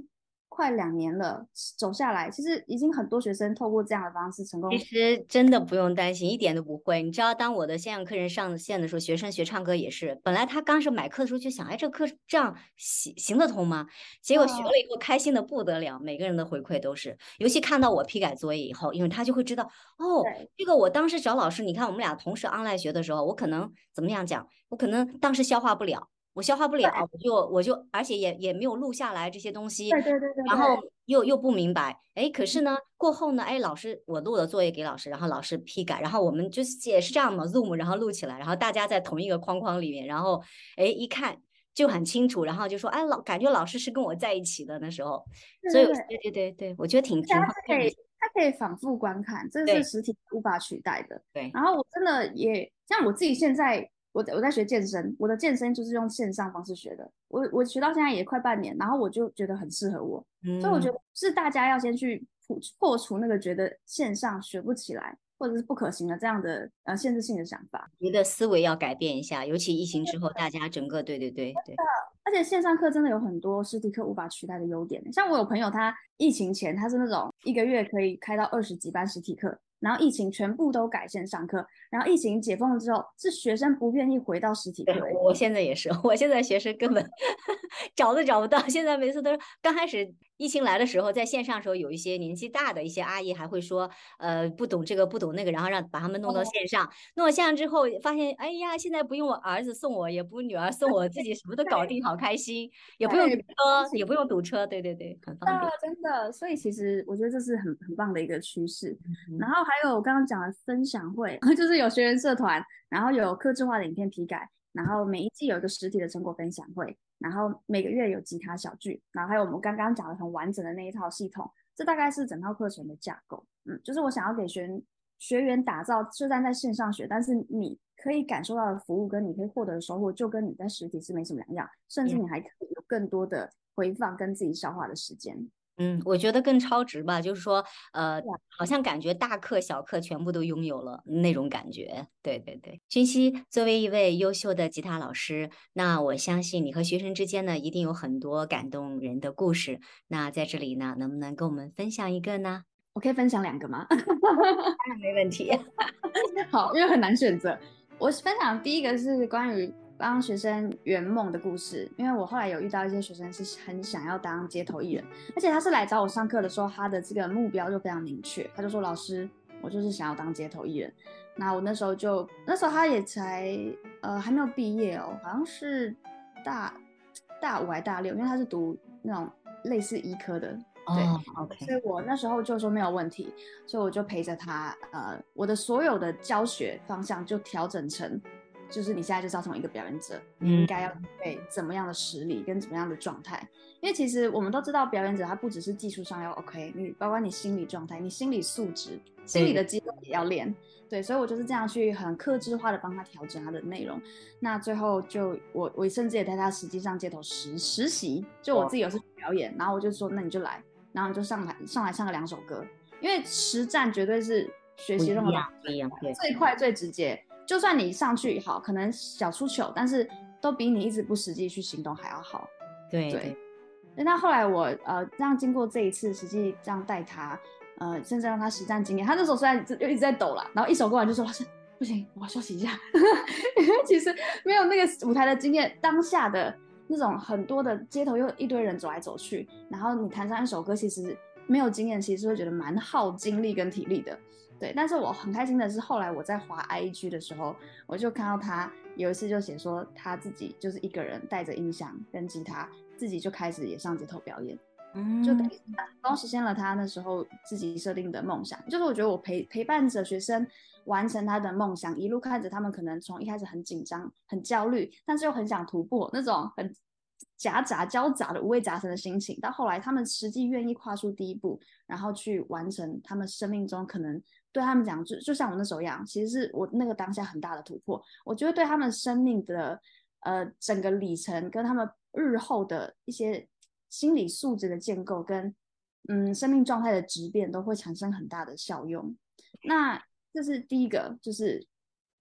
快2年了，走下来，其实已经很多学生透过这样的方式成其功。 实真的不用担心，一点都不会。你知道，当我的线上课程上线的时候，学生学唱歌也是，本来他刚是买课的时候就想，哎，这课这样行得通吗？结果学了以后开心的不得了，每个人的回馈都是，尤其看到我批改作业以后，因为他就会知道，哦， 对这个我当时找老师，你看我们俩同时 online 学的时候，我可能怎么样讲，我可能当时消化不了。我消化不了，我就，而且也没有录下来这些东西， 对对对对然后对又不明白，哎，可是呢，过后呢，哎，老师我录了作业给老师，然后老师批改，然后我们就是也是这样嘛，Zoom，然后录起来，然后大家在同一个框框里面，然后哎一看就很清楚，然后就说，哎，感觉老师是跟我在一起的那时候，所以对对对， 对，我觉得挺而且它挺方便的， 是可以，它可以反复观看，这是对实体无法取代的。 对， 然后我真的也像我自己现在，我在学健身，我的健身就是用线上方式学的。我学到现在也快半年，然后我就觉得很适合我，所以我觉嗯。 得是大家要先去破除那个觉得线上学不起来或者是不可行的这样的限制性的想法。 你的思维要改变一下，尤其疫情之后，大家整个对， 而且线上课真的有很多实体课无法取代的优点，像我有朋友，他疫情前他是那种一个月可以开到20几班实体课，然后疫情全部都改线上课，然后疫情解封了之后，是学生不愿意回到实体对， 课、欸， 我现在也是，我现在学生根本找都找不到。现在每次都是刚开始疫情来的时候，在线上的时候，有一些年纪大的一些阿姨还会说，不懂这个不懂那个，然后把他们弄到线上。弄到线上之后，发现，哎呀，现在不用我儿子送我，也不用女儿送我，自己什么都搞定，好开心，也不用堵对， 车，也不用堵车，对，很方便。 真的，所以其实我觉得这是很棒的一个趋势。然嗯后还有我刚刚讲的分享会，就是有学员社团，然后有客制化的影片批改，然后每一季有一个实体的成果分享会，然后每个月有吉他小聚，然后还有我们刚刚讲的很完整的那一套系统，这大概是整套课程的架构。就是我想要给学员打造，虽然在线上学，但是你可以感受到的服务跟你可以获得的收获，就跟你在实体是没什么两样，甚至你还可以有更多的回放跟自己消化的时间。 我觉得更超值吧，就是说， 对啊， 好像感觉大课小课全部都拥有了那种感觉。对，君熙作为一位优秀的吉他老师，那我相信你和学生之间呢，一定有很多感动人的故事。那在这里呢，能不能跟我们分享一个呢？ 我可以分享2个吗？ 当然没问题。 好，因为很难选择。我分享第一个是关于帮学生圆梦的故事，因为我后来有遇到一些学生是很想要当街头艺人，而且他是来找我上课的时候，他的这个目标就非常明确，他就说：“老师，我就是想要当街头艺人。”那我那时候他也才还没有毕业哦，好像是大5还大6，因为他是读那种类似医科的，对。 哦，OK， 所以我那时候就说没有问题，所以我就陪着他，我的所有的教学方向就调整成，就是你现在就是要成为一个表演者，你应嗯， 该要具备怎么样的实力跟怎么样的状态，因为其实我们都知道表演者他不只是技术上要 OK，你包括你心理状态、你心理素质、心理对， 的肌肉也要练，对，所以我就是这样去很克制化的帮他调整他的内容，那最后就我甚至也带他实际上街头实习，就我哇， 自己有次表演，然后我就说那你就来。然后你就上来唱个2首歌，因为实战绝对是学习任何东西不一样，对， 最快最直接。就算你上去好，可能小出糗，但是都比你一直不实际去行动还要好。对， 对对， 那后来我这样经过这一次实际这样带他，甚至让他实战经验，他那时候虽然就一直在抖啦，然后一首歌完就说老师不行，我要休息一下，因为其实没有那个舞台的经验，当下的那种很多的街头又一堆人走来走去，然后你弹上一首歌，其实没有经验，其实会觉得蛮耗精力跟体力的。对，但是我很开心的是，后来我在滑 IG 的时候，我就看到他有一次就写说他自己就是一个人带着音响跟吉他，自己就开始也上街头表演，就等嗯， 于成功实现了他那时候自己设定的梦想。就是我觉得我陪伴着学生完成他的梦想，一路看着他们可能从一开始很紧张、很焦虑，但是又很想突破那种很夹杂交杂的五味杂陈的心情，到后来他们实际愿意跨出第一步，然后去完成他们生命中可能对他们讲，就像我那时候一样，其实是我那个当下很大的突破。我觉得对他们生命的整个里程，跟他们日后的一些心理素质的建构，跟生命状态的质变，都会产生很大的效用。那这是第一个，就是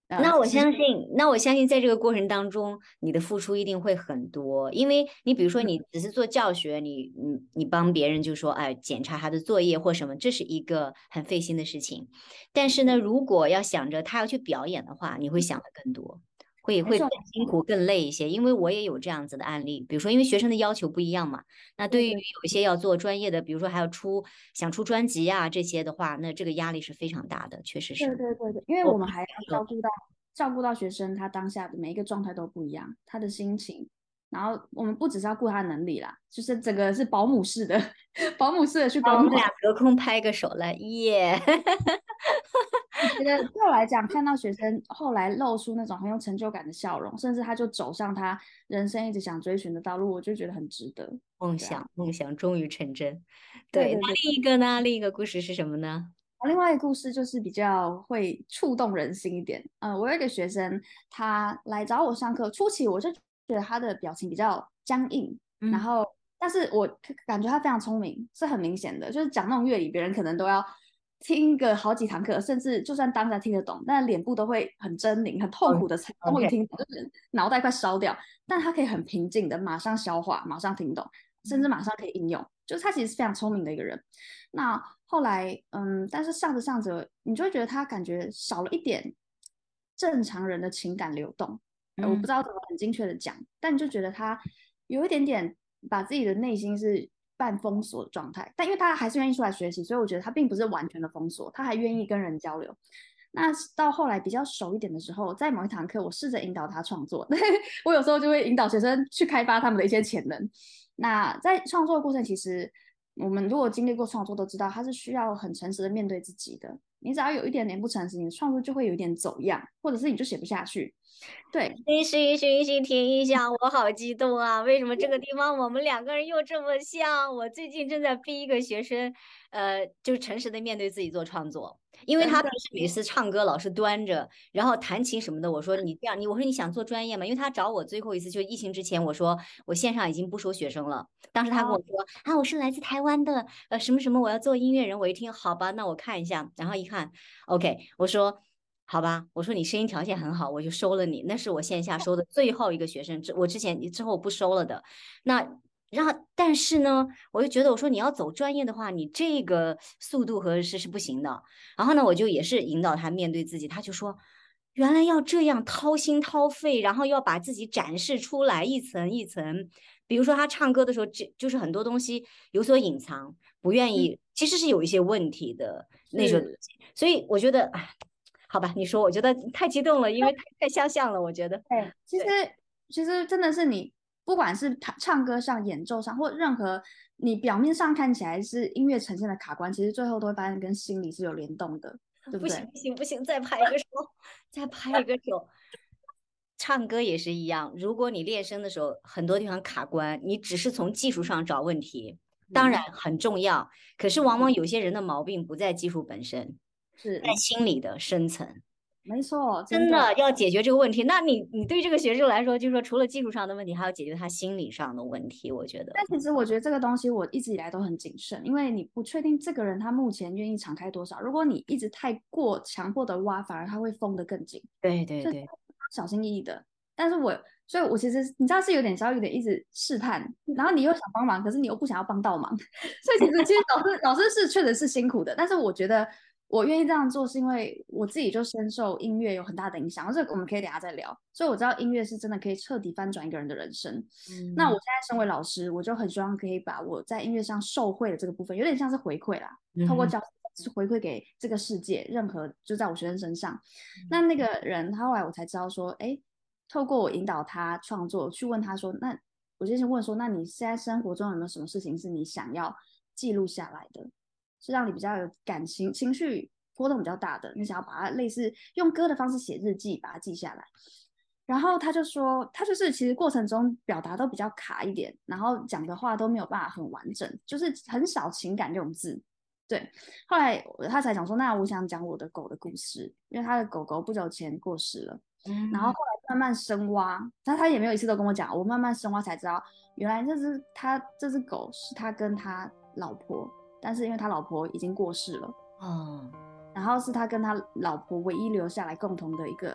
那我相信，在这个过程当中，你的付出一定会很多，因为你比如说，你只是做教学，你帮别人就说，哎，检查他的作业或什么，这是一个很费心的事情。但是呢，如果要想着他要去表演的话，你会想的更多，会更没错， 辛苦、更累一些。因为我也有这样子的案例，比如说，因为学生的要求不一样嘛，那对于有对对一些要做专业的，比如说还要想出专辑啊这些的话，那这个压力是非常大的，确实对是。 对对对，因为我可以我们还要照顾到学生，他当下的每一个状态都不一样，他的心情，然后我们不只是要顾他的能力啦，就是整个是保姆式的，保姆式的去好，我观摩。 们俩隔空拍个手来，耶！ 我觉得对我来讲，看到学生后来露出那种很有成就感的笑容，甚至他就走上他人生一直想追寻的道路，我就觉得很值得。对啊， 梦想终于成真。对，那对对对。 另一个呢？另一个故事是什么呢？ 另外一个故事就是比较会触动人心一点。我有一个学生，他来找我上课，初期我就觉得他的表情比较僵硬，然嗯后但是我感觉他非常聪明，是很明显的，就是讲那种乐理，别人可能都要听个好几堂课，甚至就算当下听得懂，但脸部都会很狰狞、很痛苦的才终于 ，OK， 听懂，就是脑袋快烧掉。但他可以很平静的马上消化，马上听懂，甚至马上可以应用，就是他其实是非常聪明的一个人。那后来，但是上着上着，你就会觉得他感觉少了一点正常人的情感流动。我不嗯知道怎么很精确的讲，但你就觉得他有一点点把自己的内心是半封锁的状态。但因为他还是愿意出来学习，所以我觉得他并不是完全的封锁，他还愿意跟人交流。那到后来比较熟一点的时候，在某一堂课，我试着引导他创作。我有时候就会引导学生去开发他们的一些潜能。那在创作的过程，其实我们如果经历过创作，都知道它是需要很诚实的面对自己的。你只要有一点点不诚实，你的创作就会有一点走样，或者是你就写不下去。对， 停一下，我好激动啊！为什么这个地方我们两个人又这么像？我最近正在逼一个学生，就是诚实的面对自己做创作，因为他真的平时每次唱歌老是端着，然后弹琴什么的，我说你这样，我说你想做专业吗？因为他找我最后一次就疫情之前，我说我线上已经不收学生了，当时他跟我哦， 说啊，我是来自台湾的，什么什么，我要做音乐人。我一听，好吧，那我看一下，然后一看，OK，我说。好吧，我说你声音条件很好，我就收了你。那是我线下收的最后一个学生，我之后不收了的。那然后，但是呢，我就觉得我说你要走专业的话，你这个速度是不行的。然后呢，我就也是引导他面对自己，他就说原来要这样掏心掏肺，然后要把自己展示出来一层一层。比如说他唱歌的时候，就是很多东西有所隐藏，不愿嗯， 意，其实是有一些问题的那种。 是。 所以我觉得，哎。好吧，你说，我觉得太激动了，因为太相像了，我觉得。 对，其实对其实真的是你，不管是唱歌上、演奏上，或任何你表面上看起来是音乐呈现的卡关，其实最后都会发现跟心理是有联动的，对不不行对？ 不行不行，再拍一个手，再拍一个手。唱歌也是一样，如果你练声的时候很多地方卡关，你只是从技术上找问题，当然嗯， 很重要，可是往往有些人的毛病不在技术本身，在是心理的深层。 没错，真真的的。 要解决这个问题，那你对这个学生来说，就是说除了技术上的问题，还要解决他心理上的问题，我觉得。 但其实我觉得这个东西我一直以来都很谨慎，因为你不确定这个人他目前愿意敞开多少。如果你一直太过强迫的挖，反而他会封得更紧。 对对所以对， 小心翼翼的。但是所以我其实你知道是有点一直试探，然后你又想帮忙，可是你又不想要帮到忙，所以其实老师是确实是辛苦的，但是我觉得我愿意这样做是因为我自己就深受音乐有很大的影响，这个我们可以等一下再聊。所以我知道音乐是真的可以彻底翻转一个人的人生。那我嗯现在身为老师，我就很希望可以把我在音乐上受惠的这个部分，有点像是回馈啦，透过嗯教是回馈给这个世界，任何就在我学生身上。那个人，他后来我才知道说，哎，透过我引导他创作，去问他说，那我就先问说，那你现在生活中有没有什么事情是你想要记录下来的，是让你比较有情绪波动比较大的，你想要把它类似用歌的方式写日记，把它记下来。然后他就说，他就是其实过程中表达都比较卡一点，然后讲的话都没有办法很完整，就是很少情感用字。对，后来他才讲说，那我想讲我的狗的故事，因为他的狗狗不久前过世了。然后嗯， 后来慢慢深挖，他也没有一次都跟我讲，我慢慢深挖才知道，原来这只狗是他跟他老婆，但是因为他老婆已经过世了， 哦， 然后是他跟他老婆唯一留下来共同的一个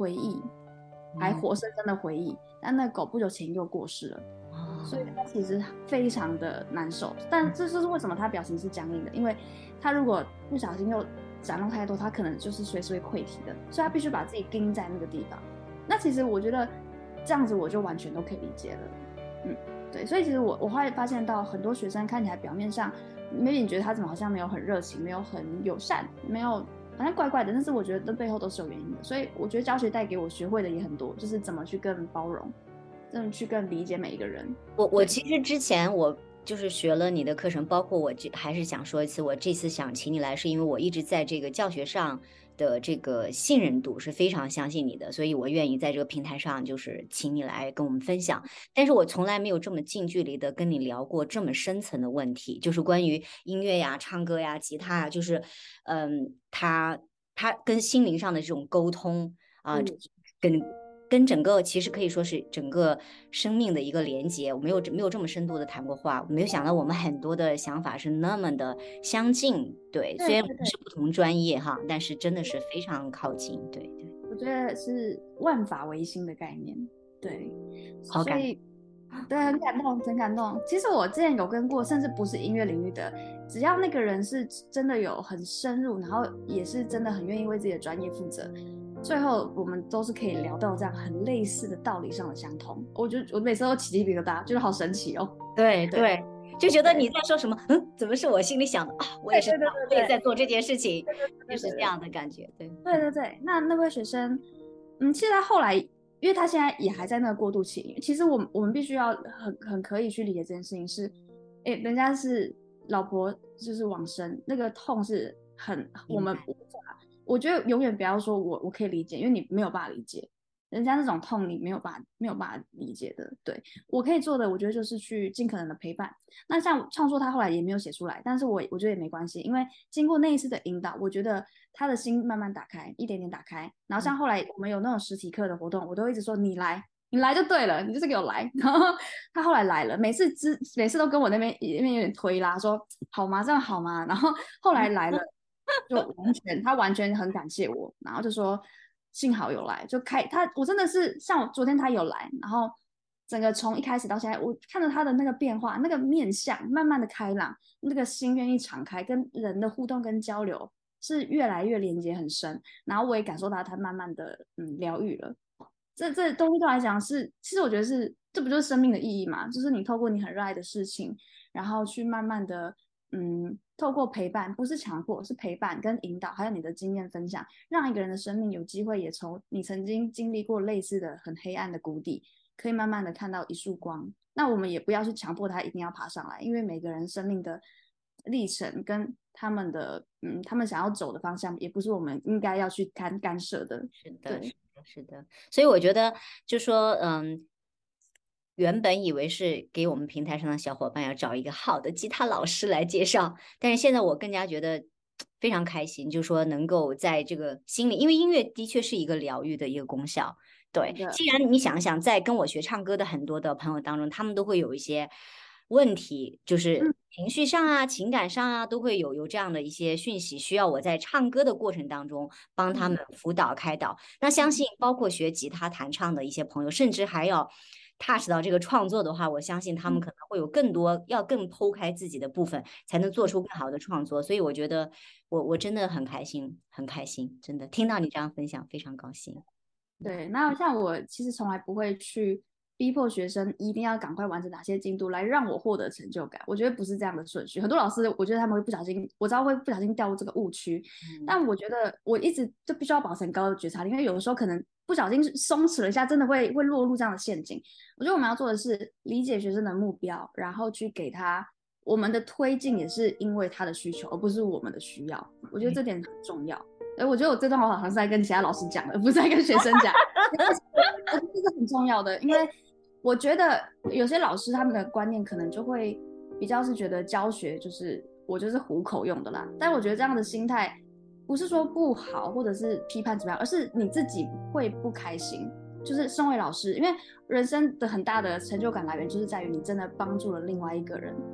回忆，还活生生的回忆，但那狗不久前又过世了。所以他其实非常的难受，但这就是为什么他表情是僵硬的，因为他如果不小心又展露太多，他可能就是随时会溃体的，所以他必须把自己钉在那个地方。那其实我觉得这样子我就完全都可以理解了。对，所以其实我后来发现到很多学生看起来表面上 maybe 你觉得他怎么好像没有很热情，没有很友善，没有好像怪怪的，但是我觉得这背后都是有原因的。所以我觉得教学带给我学会的也很多，就是怎么去更包容，怎么去更理解每一个人。 我其实之前我就是学了你的课程，包括我还是想说一次，我这次想请你来，是因为我一直在这个教学上的这个信任度是非常相信你的，所以我愿意在这个平台上就是请你来跟我们分享。但是我从来没有这么近距离的跟你聊过这么深层的问题，就是关于音乐呀、唱歌呀、吉他呀，就是他跟心灵上的这种沟通啊，跟整个其实可以说是整个生命的一个连接，我没有这么深度的谈过话，我没有想到我们很多的想法是那么的相近，对，虽然我们是不同专业哈，但是真的是非常靠近，对对。 我觉得是万法唯心的概念，对， 好感动。对，很感动，很感动。其实我之前有跟过，甚至不是音乐领域的，只要那个人是真的有很深入，然后也是真的很愿意为自己的专业负责，最后我们都是可以聊到这样很类似的道理上的相同。我每次都起鸡皮疙瘩，觉得好神奇哦。 对对，就觉得你在说什么，怎么是我心里想的啊？我也是，我也在做这件事情，就是这样的感觉。 对，那位学生，其实他后来，因为他现在也还在那个过渡期，其实我们必须要很可以去理解这件事情是，人家是老婆就是往生，那个痛是很我们无法，我觉得永远不要说我可以理解，因为你没有办法理解。人家那种痛你没有办法理解的。对，我可以做的，我觉得就是去尽可能的陪伴。那像创作他后来也没有写出来，但是我觉得也没关系，因为经过那一次的引导，我觉得他的心慢慢打开，一点点打开。然后像后来我们有那种实体课的活动，我都一直说你来就对了，你就是给我来。然后他后来来了，每次都跟我那边有点推拉，说好吗？这样好吗？然后后来来了，就他完全很感谢我，然后就说幸好有来，就我真的是像昨天他有来，然后整个从一开始到现在，我看着他的那个变化，那个面相慢慢的开朗，那个心愿意敞开，跟人的互动跟交流是越来越连接很深，然后我也感受到他慢慢的疗愈了。这东西对我来讲是，其实我觉得是，这不就是生命的意义嘛？就是你透过你很热爱的事情，然后去慢慢的透过陪伴，不是强迫，是陪伴跟引导，还有你的经验分享，让一个人的生命有机会也从你曾经经历过类似的很黑暗的谷底，可以慢慢的看到一束光。那我们也不要去强迫他一定要爬上来，因为每个人生命的历程跟他们的他们想要走的方向，也不是我们应该要去干涉的。 是的，是的。所以我觉得，就说原本以为是给我们平台上的小伙伴要找一个好的吉他老师来介绍，但是现在我更加觉得非常开心，就说能够在这个心里，因为音乐的确是一个疗愈的一个功效。对，既然你想想，在跟我学唱歌的很多的朋友当中，他们都会有一些问题，就是情绪上啊、情感上啊，都会有这样的一些讯息，需要我在唱歌的过程当中帮他们辅导开导。那相信包括学吉他弹唱的一些朋友，甚至还要touch 到这个创作的话，我相信他们可能会有更多要更剖开自己的部分，才能做出更好的创作。所以我觉得我真的很开心，很开心，真的听到你这样分享，非常高兴。 对，那像我其实从来不会去逼迫学生一定要赶快完成哪些进度来让我获得成就感，我觉得不是这样的顺序。很多老师，我觉得他们会不小心，我知道会不小心掉入这个误区，但我觉得我一直就必须要保持很高的觉察力，因为有的时候可能不小心松弛了一下，真的会落入这样的陷阱。我觉得我们要做的是理解学生的目标，然后去给他我们的推进，也是因为他的需求，而不是我们的需要。我觉得这点很重要。我觉得我这段话好像是在跟其他老师讲的，不是在跟学生讲。我觉得这是很重要的，因为我觉得有些老师他们的观念可能就会比较是觉得教学就是我就是糊口用的啦。但我觉得这样的心态不是说不好，或者是批判怎么样，而是你自己会不开心。就是身为老师，因为人生的很大的成就感来源就是在于你真的帮助了另外一个人。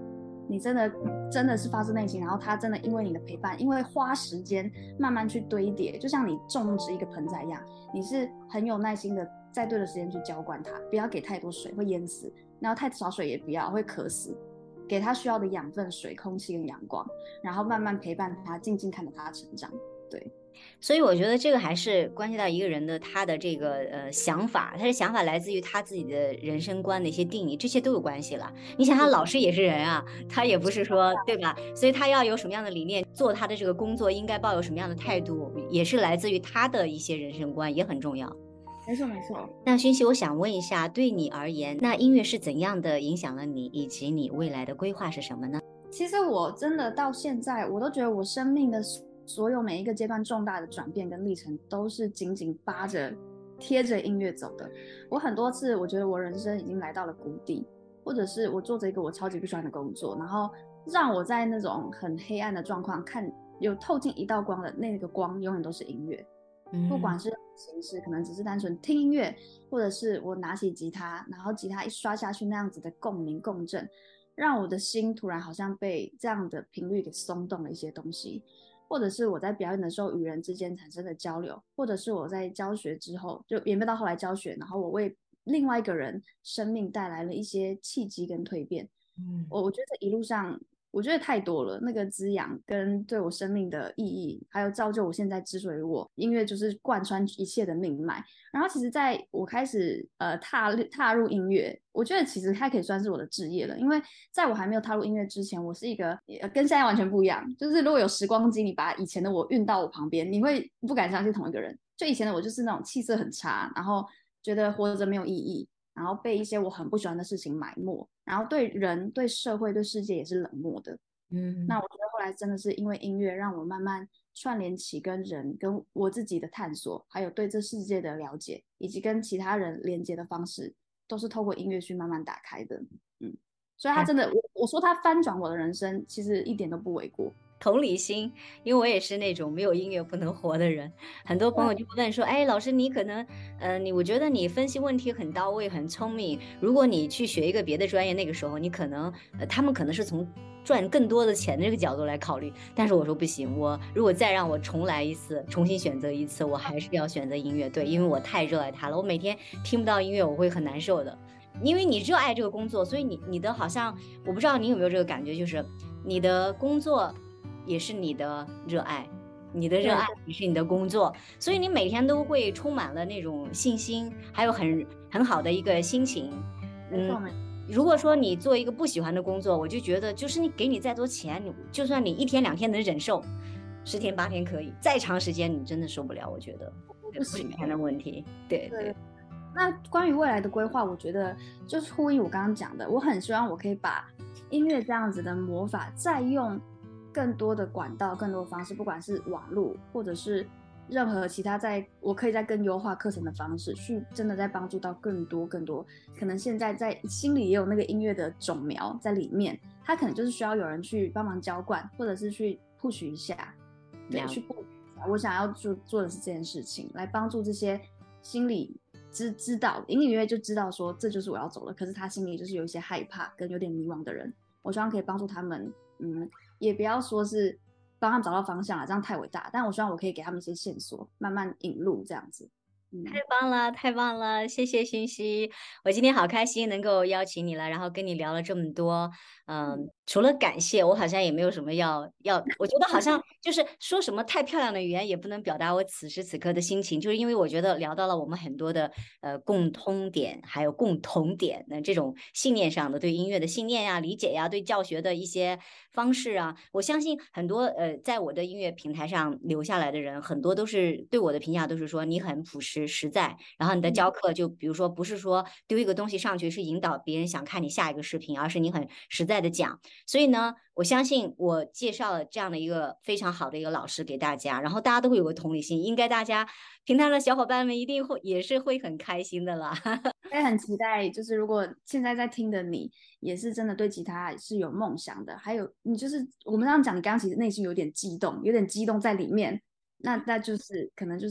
你真的是发自内心，然后他真的因为你的陪伴，因为花时间慢慢去堆叠，就像你种植一个盆栽一样，你是很有耐心的，在对的时间去浇灌它，不要给太多水会淹死，然后太少水也不要会渴死，给它需要的养分、水、空气跟阳光，然后慢慢陪伴它，静静看着它成长。对， 所以我觉得这个还是关系到一个人的他的这个想法，他的想法来自于他自己的人生观的一些定义，这些都有关系了。你想，他老师也是人啊，他也不是说对吧？所以他要有什么样的理念，做他的这个工作应该抱有什么样的态度，也是来自于他的一些人生观，也很重要。 没错没错。 那勋熙，我想问一下，对你而言，那音乐是怎样的影响了你，以及你未来的规划是什么呢？ 其实我真的到现在，我都觉得我生命的所有每一个阶段重大的转变跟历程，都是紧紧扒着、贴着音乐走的。我很多次，我觉得我人生已经来到了谷底，或者是我做着一个我超级不喜欢的工作，然后让我在那种很黑暗的状况看有透进一道光的那个光，永远都是音乐。不管是形式，可能只是单纯听音乐，或者是我拿起吉他，然后吉他一刷下去那样子的共鸣共振，让我的心突然好像被这样的频率给松动了一些东西，或者是我在表演的时候与人之间产生的交流，或者是我在教学之后就演变到后来教学，然后我为另外一个人生命带来了一些契机跟蜕变。我觉得这一路上我觉得太多了，那个滋养跟对我生命的意义，还有造就我现在之所以我音乐就是贯穿一切的命脉。然后其实在我开始踏入音乐，我觉得其实它可以算是我的职业了，因为在我还没有踏入音乐之前，我是一个跟现在完全不一样，就是如果有时光机，你把以前的我运到我旁边，你会不敢相信同一个人。就以前的我就是那种气色很差，然后觉得活着没有意义，然后被一些我很不喜欢的事情埋没，然后对人、对社会、对世界也是冷漠的。那我觉得后来真的是因为音乐，让我慢慢串联起跟人、跟我自己的探索，还有对这世界的了解，以及跟其他人连接的方式，都是透过音乐去慢慢打开的。所以他真的，我说他翻转我的人生，其实一点都不为过。 同理心，因为我也是那种没有音乐不能活的人。很多朋友就会问说：“哎，老师，你可能，我觉得你分析问题很到位，很聪明。如果你去学一个别的专业，那个时候你可能，他们可能是从赚更多的钱的这个角度来考虑。但是我说不行，我如果再让我重来一次，重新选择一次，我还是要选择音乐。对，因为我太热爱它了。我每天听不到音乐，我会很难受的。因为你热爱这个工作，所以你的好像，我不知道你有没有这个感觉，就是你的工作也是你的热爱，你的热爱也是你的工作，所以你每天都会充满了那种信心，还有很好的一个心情。如果说你做一个不喜欢的工作，我就觉得就是你给你再多钱，就算你1天2天能忍受，10天8天可以，再长时间你真的受不了。我觉得不是钱的问题。对。 那关于未来的规划，我觉得就是呼应我刚刚讲的，我很希望我可以把音乐这样子的魔法再用更多的管道、更多的方式，不管是网络或者是任何其他我可以再更优化课程的方式，去真的在帮助到更多可能现在在心里也有那个音乐的种苗在里面，它可能就是需要有人去帮忙浇灌，或者是去 push 一下，对，去 push 一下。我想要做的是这件事情，来帮助这些心里知道隐隐约约就知道说这就是我要走了，可是他心里就是有一些害怕跟有点迷惘的人，我希望可以帮助他们，也不要说是帮他们找到方向了，这样太伟大，但我希望我可以给他们一些线索，慢慢引路这样子。 太棒了，太棒了！谢谢欣熙，我今天好开心能够邀请你了，然后跟你聊了这么多。除了感谢，我好像也没有什么我觉得好像就是说什么太漂亮的语言也不能表达我此时此刻的心情，就是因为我觉得聊到了我们很多的共通点，还有共同点，那这种信念上的对音乐的信念呀、理解呀、对教学的一些方式啊，我相信很多在我的音乐平台上留下来的人，很多都是对我的评价都是说你很朴实实在，然后你的教课就比如说不是说丢一个东西上去是引导别人想看你下一个视频，而是你很实在的讲。所以呢，我相信我介绍了这样的一个非常好的一个老师给大家，然后大家都会有个同理心，应该大家平台的小伙伴们一定也是会很开心的啦。 也很期待，就是如果现在在听的你也是真的对吉他是有梦想的，还有你就是我们这样讲，你刚刚其实内心有点激动在里面，那就是可能就是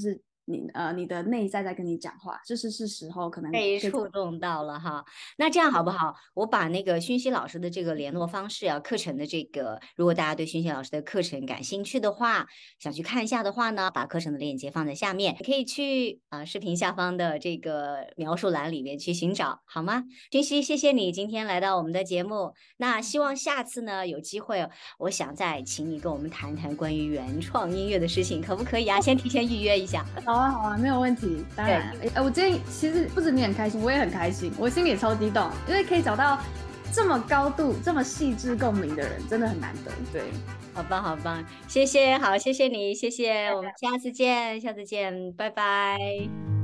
你的内在在跟你讲话，是时候可能被触动到了哈。那这样好不好？我把那个薰希老师的这个联络方式啊，课程的这个，如果大家对薰希老师的课程感兴趣的话，想去看一下的话呢，把课程的链接放在下面，你可以去视频下方的这个描述栏里面去寻找，好吗？薰希，谢谢你今天来到我们的节目。那希望下次呢有机会，我想再请你跟我们谈谈关于原创音乐的事情，可不可以啊？先提前预约一下。 好啊，没有问题，当然。我今天其实不止你很开心，我也很开心，我心里也超激动，因为可以找到这么高度、这么细致共鸣的人，真的很难得。对， 好棒，好棒，谢谢，好，谢谢你，谢谢，我们下次见，拜拜。